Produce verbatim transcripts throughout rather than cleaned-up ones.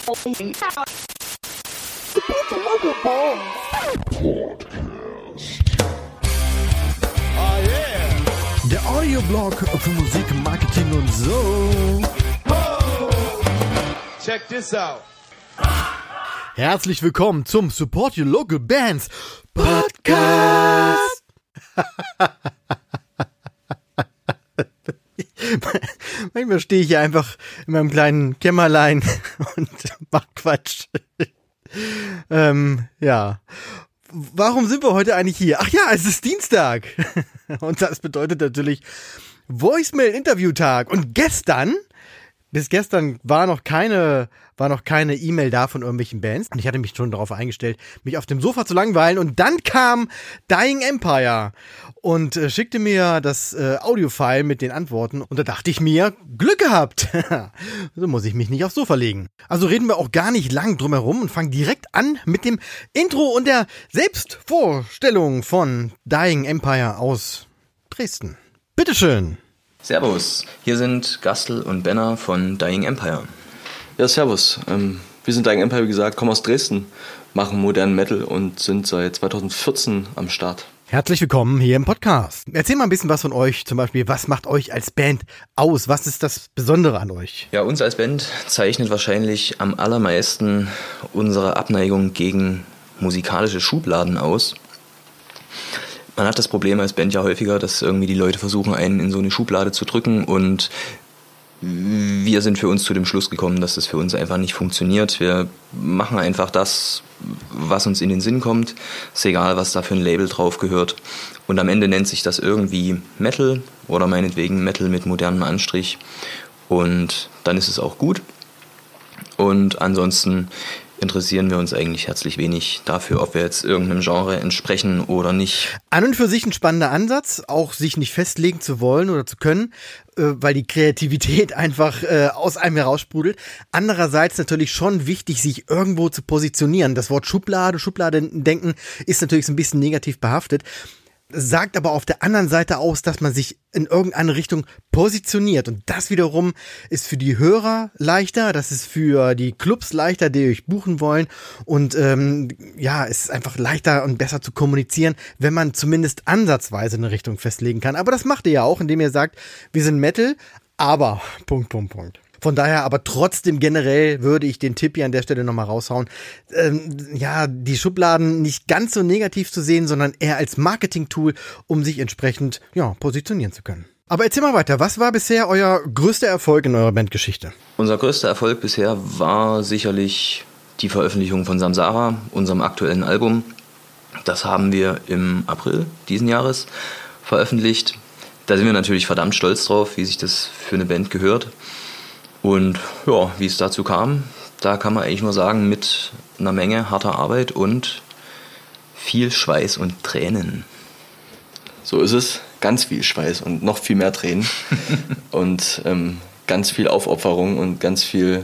Der Audioblog für Musik, Marketing und so. Check this out. Herzlich willkommen zum Support Your Local Bands Podcast. Manchmal stehe ich hier einfach in meinem kleinen Kämmerlein und mach Quatsch. ähm, ja. Warum sind wir heute eigentlich hier? Ach ja, es ist Dienstag. Und das bedeutet natürlich Voicemail-Interview-Tag. Und gestern, bis gestern war noch keine, war noch keine E-Mail da von irgendwelchen Bands. Und ich hatte mich schon darauf eingestellt, mich auf dem Sofa zu langweilen. Und dann kam Dying Empire und äh, schickte mir das äh, Audio-File mit den Antworten. Und da dachte ich mir, Glück gehabt. So muss ich mich nicht aufs Sofa legen. Also reden wir auch gar nicht lang drum herum und fangen direkt an mit dem Intro und der Selbstvorstellung von Dying Empire aus Dresden. Bitteschön. Servus, hier sind Gastel und Benner von Dying Empire. Ja, servus. Ähm, wir sind Dying Empire, wie gesagt, kommen aus Dresden, machen modernen Metal und sind seit zweitausendvierzehn am Start. Herzlich willkommen hier im Podcast. Erzähl mal ein bisschen was von euch, zum Beispiel, was macht euch als Band aus? Was ist das Besondere an euch? Ja, uns als Band zeichnet wahrscheinlich am allermeisten unsere Abneigung gegen musikalische Schubladen aus. Man hat das Problem als Band ja häufiger, dass irgendwie die Leute versuchen, einen in so eine Schublade zu drücken, und wir sind für uns zu dem Schluss gekommen, dass das für uns einfach nicht funktioniert. Wir machen einfach das, was uns in den Sinn kommt. Ist egal, was da für ein Label drauf gehört. Und am Ende nennt sich das irgendwie Metal oder meinetwegen Metal mit modernem Anstrich. Und dann ist es auch gut. Und ansonsten interessieren wir uns eigentlich herzlich wenig dafür, ob wir jetzt irgendeinem Genre entsprechen oder nicht. An und für sich ein spannender Ansatz, auch sich nicht festlegen zu wollen oder zu können, äh, weil die Kreativität einfach äh, aus einem heraussprudelt. Andererseits natürlich schon wichtig, sich irgendwo zu positionieren. Das Wort Schublade, Schubladendenken ist natürlich so ein bisschen negativ behaftet. Sagt aber auf der anderen Seite aus, dass man sich in irgendeine Richtung positioniert. Und das wiederum ist für die Hörer leichter, das ist für die Clubs leichter, die euch buchen wollen. Und ähm, ja, es ist einfach leichter und besser zu kommunizieren, wenn man zumindest ansatzweise eine Richtung festlegen kann. Aber das macht ihr ja auch, indem ihr sagt, wir sind Metal, aber Punkt, Punkt, Punkt. Von daher aber trotzdem generell würde ich den Tipp hier an der Stelle nochmal raushauen. Ähm, ja, die Schubladen nicht ganz so negativ zu sehen, sondern eher als Marketing-Tool, um sich entsprechend ja, positionieren zu können. Aber erzähl mal weiter, was war bisher euer größter Erfolg in eurer Bandgeschichte? Unser größter Erfolg bisher war sicherlich die Veröffentlichung von Samsara, unserem aktuellen Album. Das haben wir im April diesen Jahres veröffentlicht. Da sind wir natürlich verdammt stolz drauf, wie sich das für eine Band gehört. Und ja, wie es dazu kam, da kann man eigentlich nur sagen, mit einer Menge harter Arbeit und viel Schweiß und Tränen. So ist es, ganz viel Schweiß und noch viel mehr Tränen und ähm, ganz viel Aufopferung und ganz viel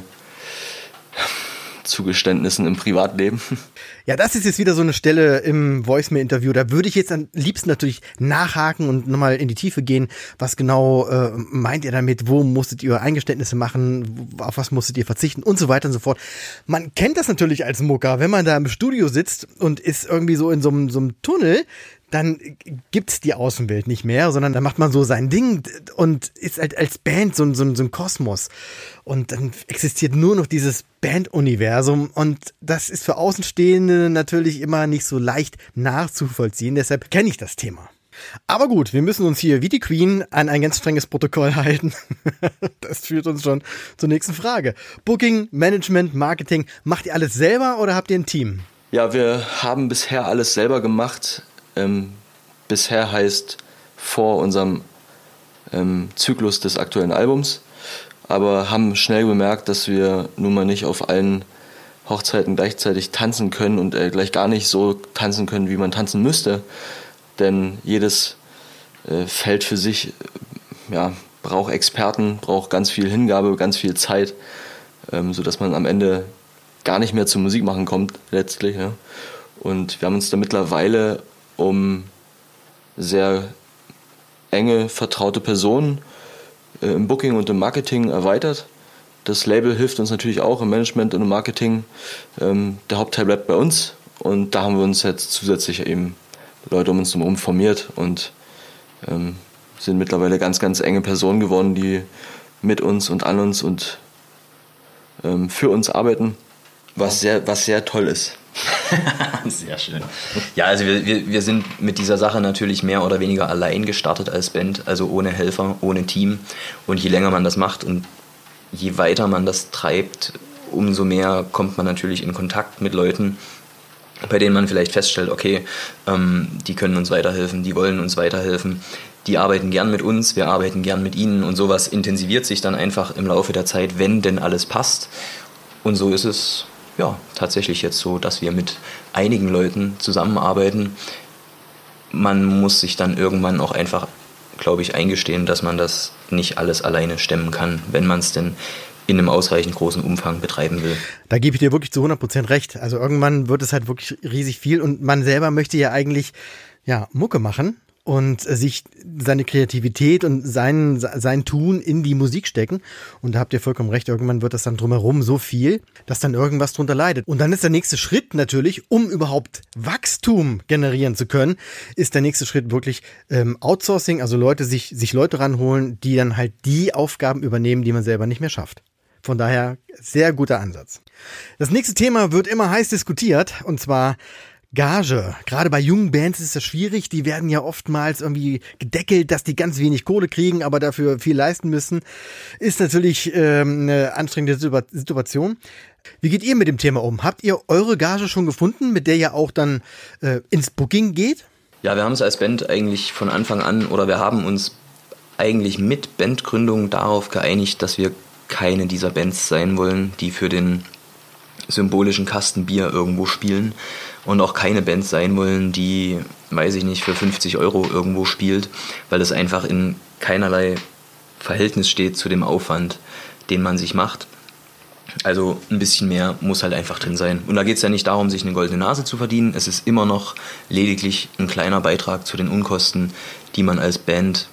Zugeständnissen im Privatleben. Ja, das ist jetzt wieder so eine Stelle im Voicemail-Interview. Da würde ich jetzt am liebsten natürlich nachhaken und nochmal in die Tiefe gehen. Was genau äh, meint ihr damit? Wo musstet ihr Eingeständnisse machen? Auf was musstet ihr verzichten? Und so weiter und so fort. Man kennt das natürlich als Mucker, wenn man da im Studio sitzt und ist irgendwie so in so einem, so einem Tunnel, dann gibt's die Außenwelt nicht mehr, sondern dann macht man so sein Ding und ist halt als Band so ein, so ein, so ein Kosmos. Und dann existiert nur noch dieses Band-Universum, und das ist für Außenstehende natürlich immer nicht so leicht nachzuvollziehen. Deshalb kenne ich das Thema. Aber gut, wir müssen uns hier wie die Queen an ein ganz strenges Protokoll halten. Das führt uns schon zur nächsten Frage. Booking, Management, Marketing, macht ihr alles selber oder habt ihr ein Team? Ja, wir haben bisher alles selber gemacht. Ähm, bisher heißt vor unserem ähm, Zyklus des aktuellen Albums, aber haben schnell bemerkt, dass wir nun mal nicht auf allen Hochzeiten gleichzeitig tanzen können und äh, gleich gar nicht so tanzen können, wie man tanzen müsste, denn jedes äh, Feld für sich äh, ja, braucht Experten, braucht ganz viel Hingabe, ganz viel Zeit, ähm, sodass man am Ende gar nicht mehr zur Musik machen kommt letztlich. Ja. Und wir haben uns da mittlerweile um sehr enge, vertraute Personen äh, im Booking und im Marketing erweitert. Das Label hilft uns natürlich auch im Management und im Marketing. Ähm, der Hauptteil bleibt bei uns und da haben wir uns jetzt zusätzlich eben Leute um uns herum formiert und ähm, sind mittlerweile ganz, ganz enge Personen geworden, die mit uns und an uns und ähm, für uns arbeiten, was sehr, was sehr toll ist. Sehr schön. Ja, also wir, wir, wir sind mit dieser Sache natürlich mehr oder weniger allein gestartet als Band, also ohne Helfer, ohne Team. Und je länger man das macht und je weiter man das treibt, umso mehr kommt man natürlich in Kontakt mit Leuten, bei denen man vielleicht feststellt, okay, ähm, die können uns weiterhelfen, die wollen uns weiterhelfen, die arbeiten gern mit uns, wir arbeiten gern mit ihnen und sowas intensiviert sich dann einfach im Laufe der Zeit, wenn denn alles passt. Und so ist es ja tatsächlich jetzt so, dass wir mit einigen Leuten zusammenarbeiten. Man muss sich dann irgendwann auch einfach, glaube ich, eingestehen, dass man das nicht alles alleine stemmen kann, wenn man es denn in einem ausreichend großen Umfang betreiben will. Da gebe ich dir wirklich zu hundert Prozent recht. Also irgendwann wird es halt wirklich riesig viel und man selber möchte ja eigentlich ja Mucke machen und sich seine Kreativität und sein, sein Tun in die Musik stecken. Und da habt ihr vollkommen recht, irgendwann wird das dann drumherum so viel, dass dann irgendwas drunter leidet. Und dann ist der nächste Schritt natürlich, um überhaupt Wachstum generieren zu können, ist der nächste Schritt wirklich ähm, Outsourcing, also Leute sich, sich Leute ranholen, die dann halt die Aufgaben übernehmen, die man selber nicht mehr schafft. Von daher sehr guter Ansatz. Das nächste Thema wird immer heiß diskutiert und zwar Gage. Gerade bei jungen Bands ist das schwierig. Die werden ja oftmals irgendwie gedeckelt, dass die ganz wenig Kohle kriegen, aber dafür viel leisten müssen. Ist natürlich ähm, eine anstrengende Situation. Wie geht ihr mit dem Thema um? Habt ihr eure Gage schon gefunden, mit der ihr auch dann äh, ins Booking geht? Ja, wir haben es als Band eigentlich von Anfang an oder wir haben uns eigentlich mit Bandgründung darauf geeinigt, dass wir keine dieser Bands sein wollen, die für den symbolischen Kasten Bier irgendwo spielen und auch keine Band sein wollen, die, weiß ich nicht, für fünfzig Euro irgendwo spielt, weil es einfach in keinerlei Verhältnis steht zu dem Aufwand, den man sich macht. Also ein bisschen mehr muss halt einfach drin sein. Und da geht es ja nicht darum, sich eine goldene Nase zu verdienen. Es ist immer noch lediglich ein kleiner Beitrag zu den Unkosten, die man als Band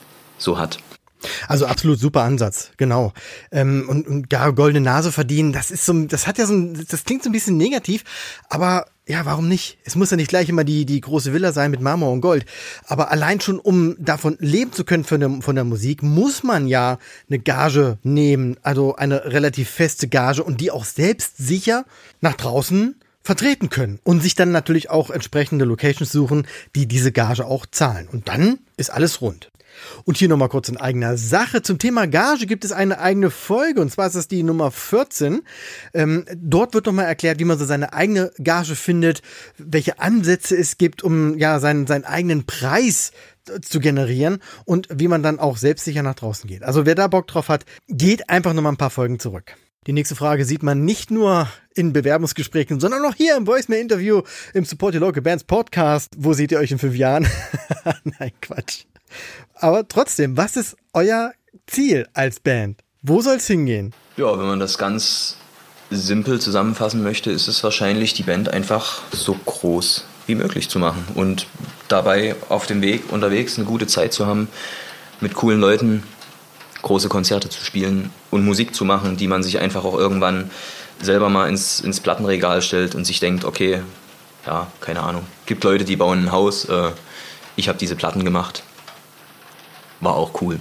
so hat. Also absolut super Ansatz, genau. Ähm, und, und gar goldene Nase verdienen, das ist so, das hat ja so, ein, das klingt so ein bisschen negativ, aber ja, warum nicht? Es muss ja nicht gleich immer die die große Villa sein mit Marmor und Gold, aber allein schon, um davon leben zu können von der, von der Musik, muss man ja eine Gage nehmen, also eine relativ feste Gage und die auch selbstsicher nach draußen vertreten können und sich dann natürlich auch entsprechende Locations suchen, die diese Gage auch zahlen. Und dann ist alles rund. Und hier nochmal kurz in eigener Sache. Zum Thema Gage gibt es eine eigene Folge, und zwar ist das die Nummer vierzehn. Ähm, dort wird nochmal erklärt, wie man so seine eigene Gage findet, welche Ansätze es gibt, um ja seinen, seinen eigenen Preis zu generieren und wie man dann auch selbstsicher nach draußen geht. Also wer da Bock drauf hat, geht einfach nochmal ein paar Folgen zurück. Die nächste Frage sieht man nicht nur in Bewerbungsgesprächen, sondern auch hier im Voicemail-Interview im Support Your Local Bands Podcast. Wo seht ihr euch in fünf Jahren? Nein, Quatsch. Aber trotzdem, was ist euer Ziel als Band? Wo soll es hingehen? Ja, wenn man das ganz simpel zusammenfassen möchte, ist es wahrscheinlich, die Band einfach so groß wie möglich zu machen und dabei auf dem Weg unterwegs eine gute Zeit zu haben, mit coolen Leuten große Konzerte zu spielen und Musik zu machen, die man sich einfach auch irgendwann selber mal ins, ins Plattenregal stellt und sich denkt, okay, ja, keine Ahnung, gibt Leute, die bauen ein Haus, äh, ich habe diese Platten gemacht. War auch cool.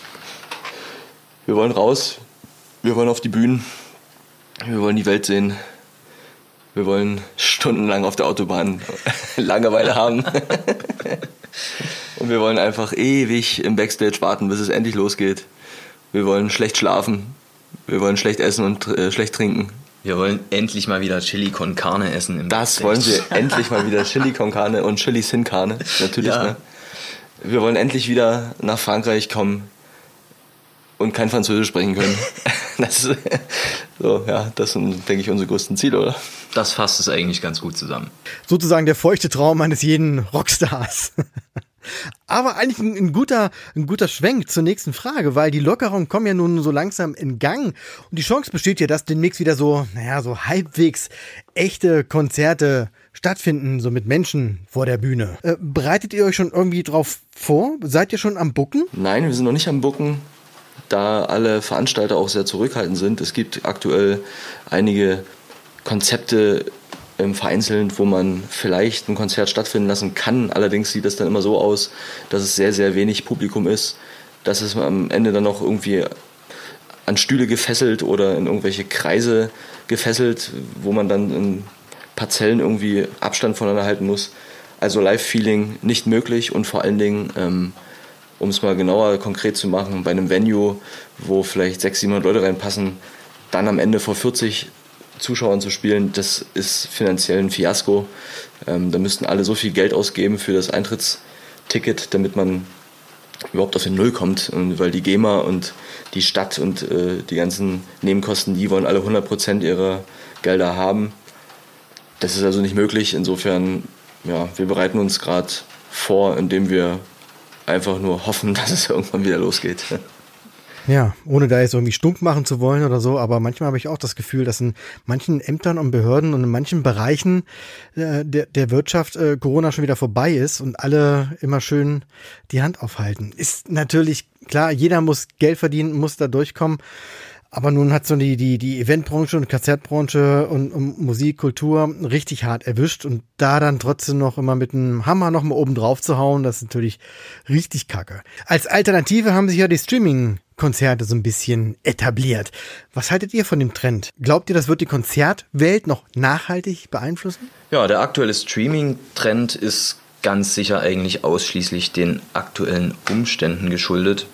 Wir wollen raus, wir wollen auf die Bühnen, wir wollen die Welt sehen, wir wollen stundenlang auf der Autobahn Langeweile haben und wir wollen einfach ewig im Backstage warten, bis es endlich losgeht. Wir wollen schlecht schlafen, wir wollen schlecht essen und äh, schlecht trinken. Wir wollen endlich mal wieder Chili con Carne essen. Im das Backstage. wollen wir endlich mal wieder, Chili con Carne und Chili sin Carne, natürlich. Ja. Ne? Wir wollen endlich wieder nach Frankreich kommen und kein Französisch sprechen können. Das ist, so, ja, das sind, denke ich, unsere größten Ziele, oder? Das fasst es eigentlich ganz gut zusammen. Sozusagen der feuchte Traum eines jeden Rockstars. Aber eigentlich ein, ein guter, ein guter Schwenk zur nächsten Frage, weil die Lockerungen kommen ja nun so langsam in Gang und die Chance besteht ja, dass demnächst wieder so, naja, so halbwegs echte Konzerte stattfinden, so mit Menschen vor der Bühne. Äh, bereitet ihr euch schon irgendwie drauf vor? Seid ihr schon am Booken? Nein, wir sind noch nicht am Booken. da alle Veranstalter auch sehr zurückhaltend sind. Es gibt aktuell einige Konzepte ähm, vereinzelt, wo man vielleicht ein Konzert stattfinden lassen kann. Allerdings sieht das dann immer so aus, dass es sehr, sehr wenig Publikum ist, dass es am Ende dann noch irgendwie an Stühle gefesselt oder in irgendwelche Kreise gefesselt, wo man dann in Parzellen irgendwie Abstand voneinander halten muss. Also Live-Feeling nicht möglich und vor allen Dingen, ähm, um es mal genauer konkret zu machen, bei einem Venue, wo vielleicht sechshundert, siebenhundert Leute reinpassen, dann am Ende vor vierzig Zuschauern zu spielen, das ist finanziell ein Fiasko. Ähm, da müssten alle so viel Geld ausgeben für das Eintrittsticket, damit man überhaupt auf den Null kommt. Und weil die GEMA und die Stadt und äh, die ganzen Nebenkosten, die wollen alle hundert Prozent ihrer Gelder haben. Das ist also nicht möglich. Insofern, ja, wir bereiten uns gerade vor, indem wir einfach nur hoffen, dass es irgendwann wieder losgeht. Ja, ohne da jetzt irgendwie stunk machen zu wollen oder so, aber manchmal habe ich auch das Gefühl, dass in manchen Ämtern und Behörden und in manchen Bereichen äh, der, der Wirtschaft äh, Corona schon wieder vorbei ist und alle immer schön die Hand aufhalten. Ist natürlich klar, jeder muss Geld verdienen, muss da durchkommen. Aber nun hat so die, die, die Eventbranche und Konzertbranche und, und Musik, Kultur richtig hart erwischt und da dann trotzdem noch immer mit einem Hammer noch mal oben drauf zu hauen, das ist natürlich richtig kacke. Als Alternative haben sich ja die Streaming-Konzerte so ein bisschen etabliert. Was haltet ihr von dem Trend? Glaubt ihr, das wird die Konzertwelt noch nachhaltig beeinflussen? Ja, der aktuelle Streaming-Trend ist ganz sicher eigentlich ausschließlich den aktuellen Umständen geschuldet.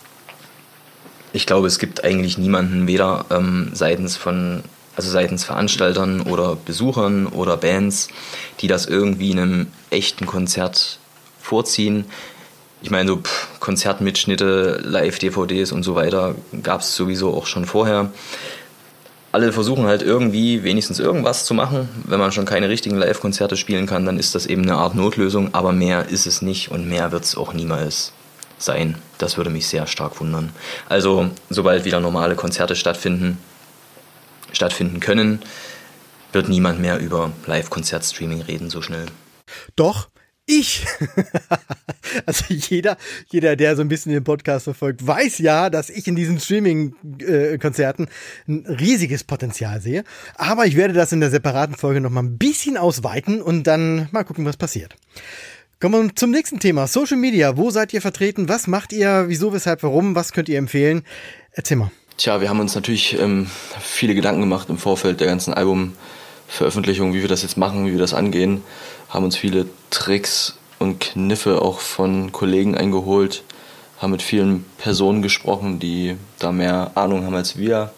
Ich glaube, es gibt eigentlich niemanden, weder ähm, seitens von, also seitens Veranstaltern oder Besuchern oder Bands, die das irgendwie einem echten Konzert vorziehen. Ich meine, so pff, Konzertmitschnitte, Live-D V Ds und so weiter gab es sowieso auch schon vorher. Alle versuchen halt irgendwie wenigstens irgendwas zu machen. Wenn man schon keine richtigen Live-Konzerte spielen kann, dann ist das eben eine Art Notlösung. Aber mehr ist es nicht und mehr wird es auch niemals sein. Das würde mich sehr stark wundern. Also, sobald wieder normale Konzerte stattfinden, stattfinden können, wird niemand mehr über Live-Konzert-Streaming reden so schnell. Doch, ich. Also jeder, jeder, der so ein bisschen den Podcast verfolgt, weiß ja, dass ich in diesen Streaming-Konzerten ein riesiges Potenzial sehe. Aber ich werde das in der separaten Folge noch mal ein bisschen ausweiten und dann mal gucken, was passiert. Kommen wir zum nächsten Thema. Social Media. Wo seid ihr vertreten? Was macht ihr? Wieso, weshalb, warum? Was könnt ihr empfehlen? Erzähl mal. Tja, wir haben uns natürlich ähm, viele Gedanken gemacht im Vorfeld der ganzen Albumveröffentlichung, wie wir das jetzt machen, wie wir das angehen. Haben uns viele Tricks und Kniffe auch von Kollegen eingeholt. Haben mit vielen Personen gesprochen, die da mehr Ahnung haben als wir.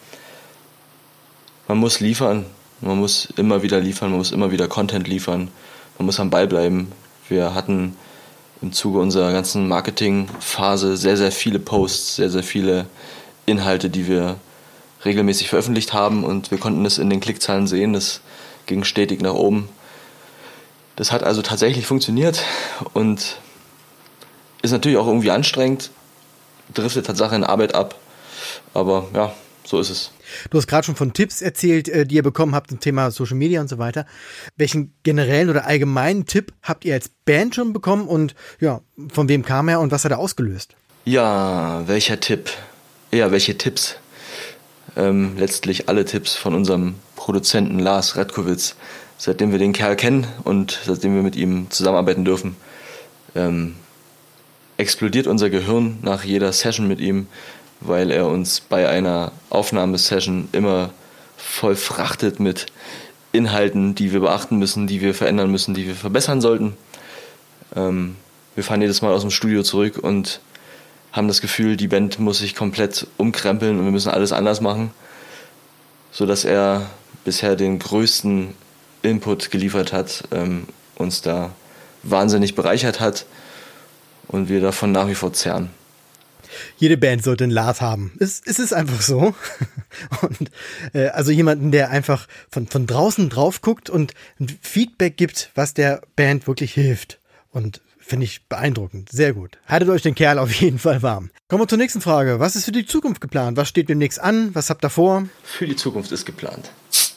Man muss liefern. Man muss immer wieder liefern. Man muss immer wieder Content liefern. Man muss am Ball bleiben. Wir hatten im Zuge unserer ganzen Marketingphase sehr, sehr viele Posts, sehr, sehr viele Inhalte, die wir regelmäßig veröffentlicht haben und wir konnten das in den Klickzahlen sehen, das ging stetig nach oben. Das hat also tatsächlich funktioniert und ist natürlich auch irgendwie anstrengend, driftet Tatsache in Arbeit ab, aber ja, so ist es. Du hast gerade schon von Tipps erzählt, die ihr bekommen habt zum Thema Social Media und so weiter. Welchen generellen oder allgemeinen Tipp habt ihr als Band schon bekommen und ja, von wem kam er und was hat er ausgelöst? Ja, welcher Tipp? Ja, welche Tipps? Ähm, letztlich alle Tipps von unserem Produzenten Lars Redkowitz. Seitdem wir den Kerl kennen und seitdem wir mit ihm zusammenarbeiten dürfen, ähm, explodiert unser Gehirn nach jeder Session mit ihm, weil er uns bei einer Aufnahmesession immer voll frachtet mit Inhalten, die wir beachten müssen, die wir verändern müssen, die wir verbessern sollten. Ähm, wir fahren jedes Mal aus dem Studio zurück und haben das Gefühl, die Band muss sich komplett umkrempeln und wir müssen alles anders machen, sodass er bisher den größten Input geliefert hat, ähm, uns da wahnsinnig bereichert hat und wir davon nach wie vor zehren. Jede Band sollte einen Lars haben. Es, es ist einfach so. Und äh, also jemanden, der einfach von, von draußen drauf guckt und ein Feedback gibt, was der Band wirklich hilft. Und finde ich beeindruckend. Sehr gut. Haltet euch den Kerl auf jeden Fall warm. Kommen wir zur nächsten Frage. Was ist für die Zukunft geplant? Was steht demnächst an? Was habt ihr vor? Für die Zukunft ist geplant.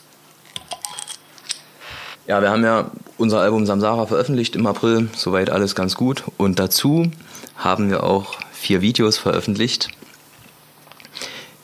Ja, wir haben ja unser Album Samsara veröffentlicht im April. Soweit alles ganz gut. Und dazu haben wir auch vier Videos veröffentlicht.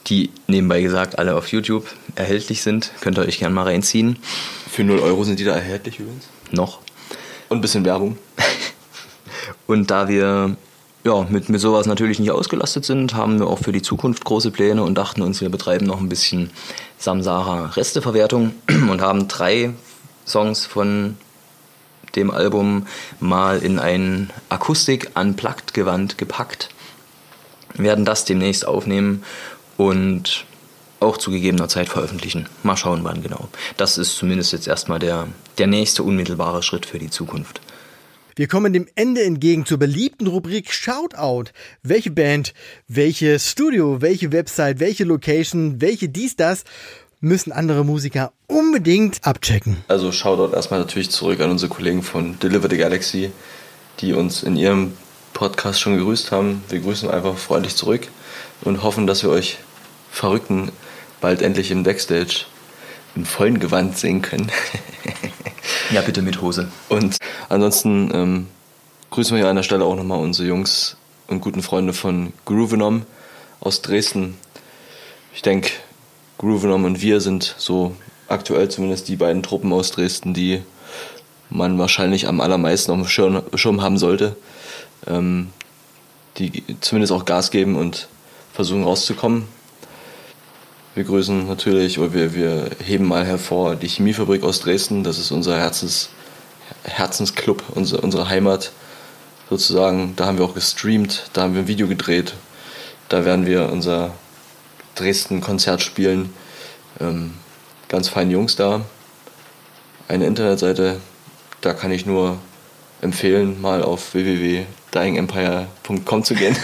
die nebenbei gesagt alle auf YouTube erhältlich sind. Könnt ihr euch gerne mal reinziehen. Für null Euro sind die da erhältlich übrigens. Noch. Und ein bisschen Werbung. Und da wir ja, mit, mit sowas natürlich nicht ausgelastet sind, haben wir auch für die Zukunft große Pläne und dachten uns, wir betreiben noch ein bisschen Samsara-Resteverwertung und haben drei Songs von dem Album mal in ein Akustik-Unplugged-Gewand gepackt. Wir werden das demnächst aufnehmen und auch zu gegebener Zeit veröffentlichen. Mal schauen, wann genau. Das ist zumindest jetzt erstmal der, der nächste unmittelbare Schritt für die Zukunft. Wir kommen dem Ende entgegen zur beliebten Rubrik Shoutout. Welche Band, welches Studio, welche Website, welche Location, welche dies, das müssen andere Musiker unbedingt abchecken. Also Shoutout erstmal natürlich zurück an unsere Kollegen von Deliver the Galaxy, die uns in ihrem Podcast schon gegrüßt haben. Wir grüßen einfach freundlich zurück und hoffen, dass wir euch Verrückten bald endlich im Backstage im vollen Gewand sehen können. Ja, bitte mit Hose. Und ansonsten ähm, grüßen wir hier an der Stelle auch nochmal unsere Jungs und guten Freunde von Groovenom aus Dresden. Ich denke, Groovenom und wir sind so aktuell zumindest die beiden Truppen aus Dresden, die man wahrscheinlich am allermeisten auf dem Schirm, Schirm haben sollte. Ähm, die zumindest auch Gas geben und versuchen rauszukommen. Wir grüßen natürlich, oder wir, wir heben mal hervor die Chemiefabrik aus Dresden. Das ist unser Herzens, Herzensclub, unsere, unsere Heimat sozusagen. Da haben wir auch gestreamt, da haben wir ein Video gedreht. Da werden wir unser Dresden-Konzert spielen. Ähm, ganz feine Jungs da. Eine Internetseite, da kann ich nur empfehlen, mal auf w w w punkt dying empire punkt com zu gehen.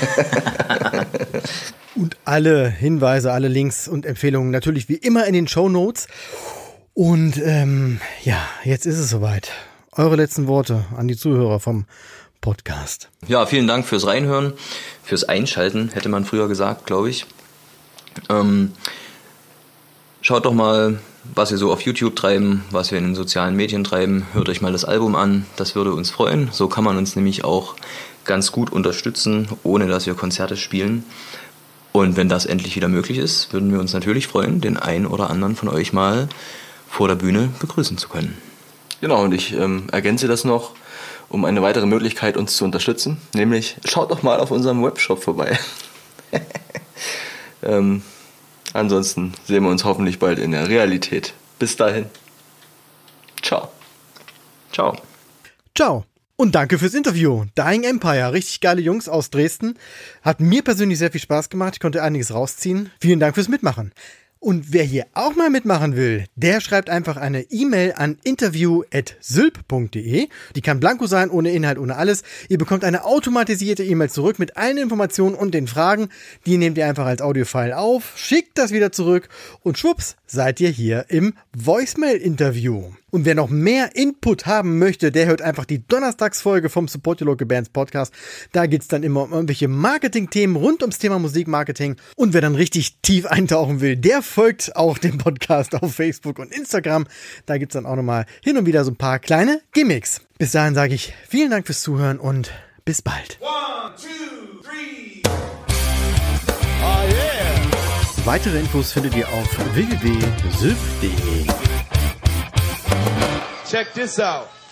Und alle Hinweise, alle Links und Empfehlungen natürlich wie immer in den Shownotes. Und ähm, ja, jetzt ist es soweit. Eure letzten Worte an die Zuhörer vom Podcast. Ja, vielen Dank fürs Reinhören, fürs Einschalten, hätte man früher gesagt, glaube ich. Ähm, schaut doch mal, was wir so auf YouTube treiben, was wir in den sozialen Medien treiben. Hört euch mal das Album an, das würde uns freuen. So kann man uns nämlich auch ganz gut unterstützen, ohne dass wir Konzerte spielen. Und wenn das endlich wieder möglich ist, würden wir uns natürlich freuen, den einen oder anderen von euch mal vor der Bühne begrüßen zu können. Genau, und ich ähm, ergänze das noch um eine weitere Möglichkeit, uns zu unterstützen. Nämlich, schaut doch mal auf unserem Webshop vorbei. ähm, ansonsten sehen wir uns hoffentlich bald in der Realität. Bis dahin. Ciao. Ciao. Ciao. Und danke fürs Interview. Dying Empire, richtig geile Jungs aus Dresden. Hat mir persönlich sehr viel Spaß gemacht. Ich konnte einiges rausziehen. Vielen Dank fürs Mitmachen. Und wer hier auch mal mitmachen will, der schreibt einfach eine E-Mail an interview at sylp punkt de. Die kann blanko sein, ohne Inhalt, ohne alles. Ihr bekommt eine automatisierte E-Mail zurück mit allen Informationen und den Fragen. Die nehmt ihr einfach als Audiofile auf, schickt das wieder zurück und schwupps, seid ihr hier im Voicemail-Interview. Und wer noch mehr Input haben möchte, der hört einfach die Donnerstagsfolge vom Support Your Local Bands Podcast. Da geht's dann immer um irgendwelche Marketing-Themen rund ums Thema Musikmarketing. Und wer dann richtig tief eintauchen will, der folgt auch dem Podcast auf Facebook und Instagram. Da gibt's dann auch nochmal hin und wieder so ein paar kleine Gimmicks. Bis dahin sage ich vielen Dank fürs Zuhören und bis bald. One, two, three. Oh yeah. Weitere Infos findet ihr auf w w w punkt sylp punkt de. Check this out.